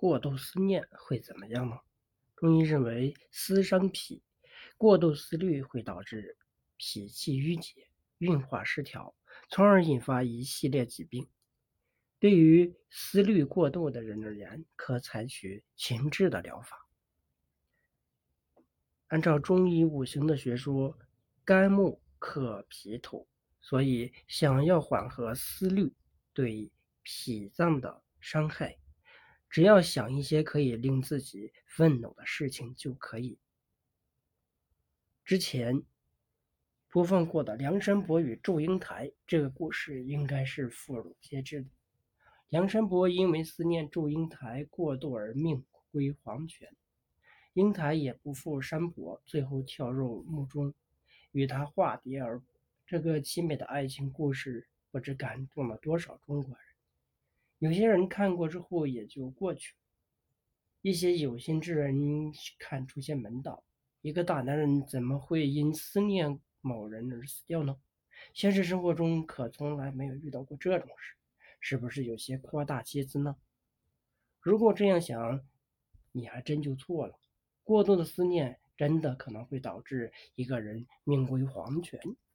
过度思念会怎么样呢？中医认为思伤脾，过度思虑会导致脾气郁结、运化失调，从而引发一系列疾病。对于思虑过度的人而言，可采取情志的疗法。按照中医五行的学说，肝木克脾土，所以想要缓和思虑对脾脏的伤害，只要想一些可以令自己愤怒的事情就可以。之前播放过的梁山伯与祝英台这个故事应该是妇孺皆知的。梁山伯因为思念祝英台过度而命归黄泉，英台也不负山伯，最后跳入墓中，与他化蝶而归。这个凄美的爱情故事不知感动了多少中国人。有些人看过之后也就过去了，一些有心之人看出现门道，一个大男人怎么会因思念某人而死掉呢？现实生活中可从来没有遇到过这种事，是不是有些夸大其词呢？如果这样想，你还真就错了。过度的思念真的可能会导致一个人命归黄泉。